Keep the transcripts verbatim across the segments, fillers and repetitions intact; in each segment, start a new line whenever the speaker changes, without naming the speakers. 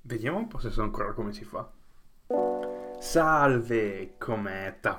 Vediamo un po' se so ancora come si fa. Salve, com'è? T'à a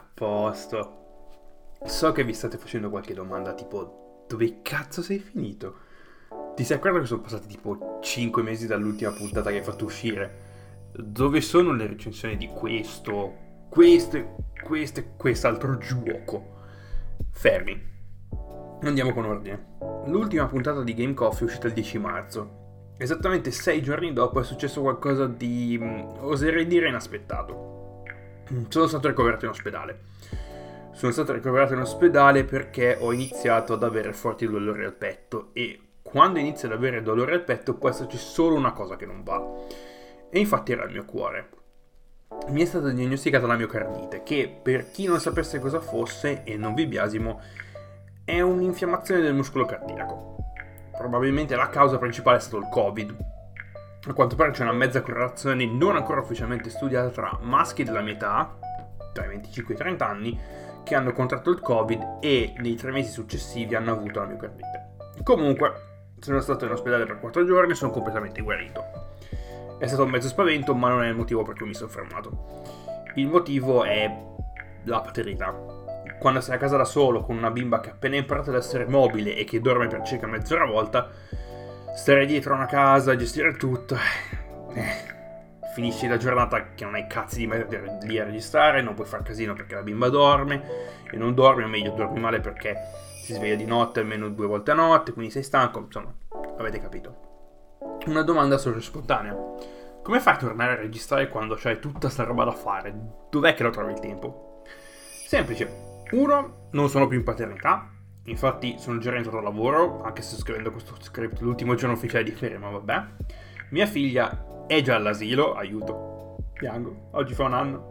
posto? So che vi state facendo qualche domanda tipo dove cazzo sei finito? Ti sei accorto che sono passati tipo cinque mesi dall'ultima puntata che hai fatto uscire? Dove sono le recensioni di questo, questo, questo e quest'altro gioco? Fermi. Andiamo con ordine. L'ultima puntata di Game Coffee è uscita il dieci marzo. Esattamente sei giorni dopo è successo qualcosa di, mh, oserei dire, inaspettato. Sono stato ricoverato in ospedale. Sono stato ricoverato in ospedale perché ho iniziato ad avere forti dolori al petto e quando inizi ad avere dolore al petto può esserci solo una cosa che non va. E infatti era il mio cuore. Mi è stata diagnosticata la miocardite, che per chi non sapesse cosa fosse, e non vi biasimo, è un'infiammazione del muscolo cardiaco. Probabilmente la causa principale è stato il Covid. A quanto pare c'è una mezza correlazione non ancora ufficialmente studiata tra maschi della mia età, tra i venticinque e i trenta anni, che hanno contratto il Covid e nei tre mesi successivi hanno avuto la miocardite. Comunque, sono stato in ospedale per quattro giorni e sono completamente guarito. È stato un mezzo spavento, ma non è il motivo per cui mi sono fermato. Il motivo è la paternità. Quando sei a casa da solo con una bimba che ha appena imparato ad essere mobile e che dorme per circa mezz'ora a volta, stare dietro a una casa, gestire tutto, eh, finisci la giornata che non hai cazzi di mettere lì a registrare, non puoi far casino perché la bimba dorme e non dormi, o meglio dormi male perché si sveglia di notte almeno due volte a notte, quindi sei stanco, insomma, avete capito. Una domanda sorge spontanea: come fai a tornare a registrare quando c'hai tutta sta roba da fare? Dov'è che lo trovi il tempo? Semplice. Uno, non sono più in paternità, infatti sono già rientrato al lavoro, anche se sto scrivendo questo script l'ultimo giorno ufficiale di ferie, ma vabbè. Mia figlia è già all'asilo, aiuto, piango, oggi fa un anno,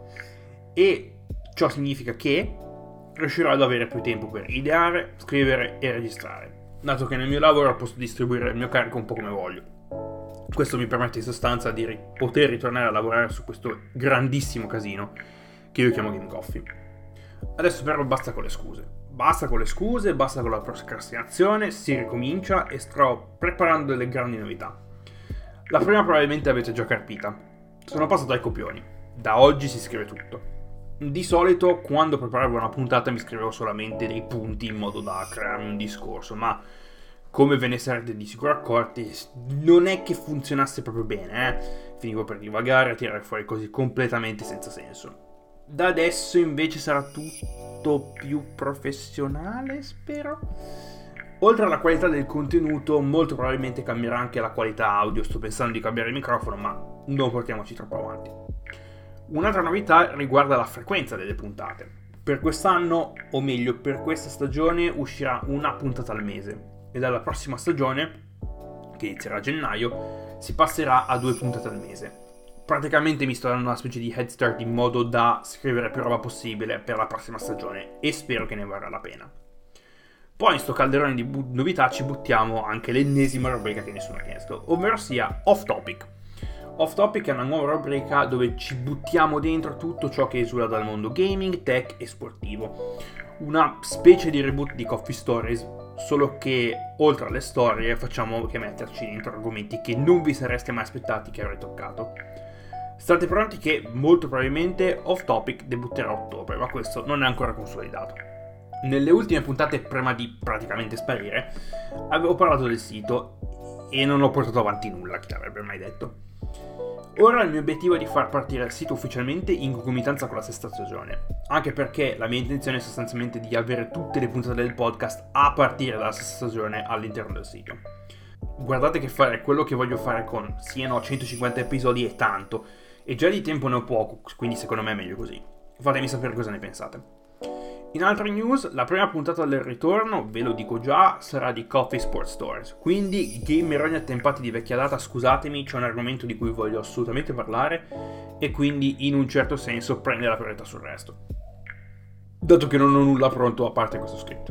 e ciò significa che riuscirò ad avere più tempo per ideare, scrivere e registrare, dato che nel mio lavoro posso distribuire il mio carico un po' come voglio. Questo mi permette in sostanza di ri- poter ritornare a lavorare su questo grandissimo casino che io chiamo Game Coffee. Adesso però basta con le scuse. Basta con le scuse, basta con la procrastinazione, si ricomincia e sto preparando delle grandi novità. La prima probabilmente avete già capita. Sono passato ai copioni. Da oggi si scrive tutto. Di solito quando preparavo una puntata mi scrivevo solamente dei punti in modo da creare un discorso, ma come ve ne sarete di sicuro accorti, non è che funzionasse proprio bene, eh? Finivo per divagare, a tirare fuori cose completamente senza senso. Da adesso invece sarà tutto più professionale, spero. Oltre alla qualità del contenuto, molto probabilmente cambierà anche la qualità audio. Sto pensando di cambiare il microfono, ma non portiamoci troppo avanti. Un'altra novità riguarda la frequenza delle puntate. Per quest'anno, o meglio per questa stagione, uscirà una puntata al mese. E dalla prossima stagione, che inizierà a gennaio, si passerà a due puntate al mese. Praticamente mi sto dando una specie di head start in modo da scrivere più roba possibile per la prossima stagione e spero che ne varrà la pena. Poi in sto calderone di bu- novità ci buttiamo anche l'ennesima rubrica che nessuno ha chiesto, ovvero sia Off Topic. Off Topic è una nuova rubrica dove ci buttiamo dentro tutto ciò che esula dal mondo gaming, tech e sportivo. Una specie di reboot di Coffee Stories, solo che oltre alle storie facciamo che metterci dentro argomenti che non vi sareste mai aspettati che avrei toccato. State pronti che molto probabilmente Off Topic debutterà a ottobre, ma questo non è ancora consolidato. Nelle ultime puntate, prima di praticamente sparire, avevo parlato del sito e non ho portato avanti nulla, chi l'avrebbe mai detto. Ora il mio obiettivo è di far partire il sito ufficialmente in concomitanza con la sesta stagione, anche perché la mia intenzione è sostanzialmente di avere tutte le puntate del podcast a partire dalla sesta stagione all'interno del sito. Guardate che fare quello che voglio fare con siano centocinquanta episodi è tanto, e già di tempo ne ho poco, quindi secondo me è meglio così. Fatemi sapere cosa ne pensate. In altre news, la prima puntata del ritorno, ve lo dico già, sarà di Coffee Sports Stories. Quindi, gameroni attempati di vecchia data, scusatemi, c'è un argomento di cui voglio assolutamente parlare e quindi in un certo senso prende la priorità sul resto. Dato che non ho nulla pronto a parte questo scritto.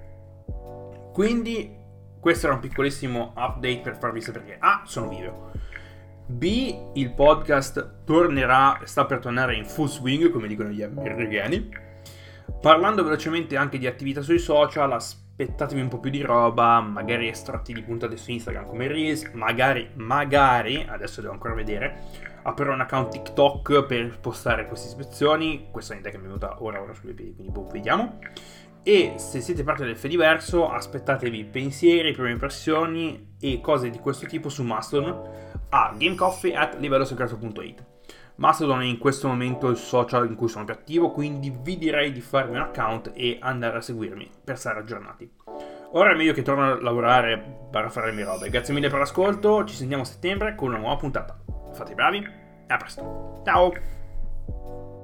Quindi, questo era un piccolissimo update per farvi sapere che A. sono vivo. B. il podcast tornerà, sta per tornare in full swing, come dicono gli americani. Parlando velocemente anche di attività sui social, aspettatevi un po' più di roba, magari estratti di puntate su Instagram come Reels, magari, magari, adesso devo ancora vedere, aprirò un account TikTok per postare queste ispezioni. Questa è un'idea che mi è venuta ora ora sulle piedi, quindi boh, vediamo. E se siete parte del Fediverso, aspettatevi pensieri, prime impressioni e cose di questo tipo su Mastodon a gamecoffee at livellosecreto punto it. Mastodon è in questo momento il social in cui sono più attivo, quindi vi direi di farmi un account e andare a seguirmi per stare aggiornati. Ora è meglio che torno a lavorare per fare le mie robe. Grazie mille per l'ascolto, ci sentiamo a settembre con una nuova puntata. Fate i bravi e a presto. Ciao!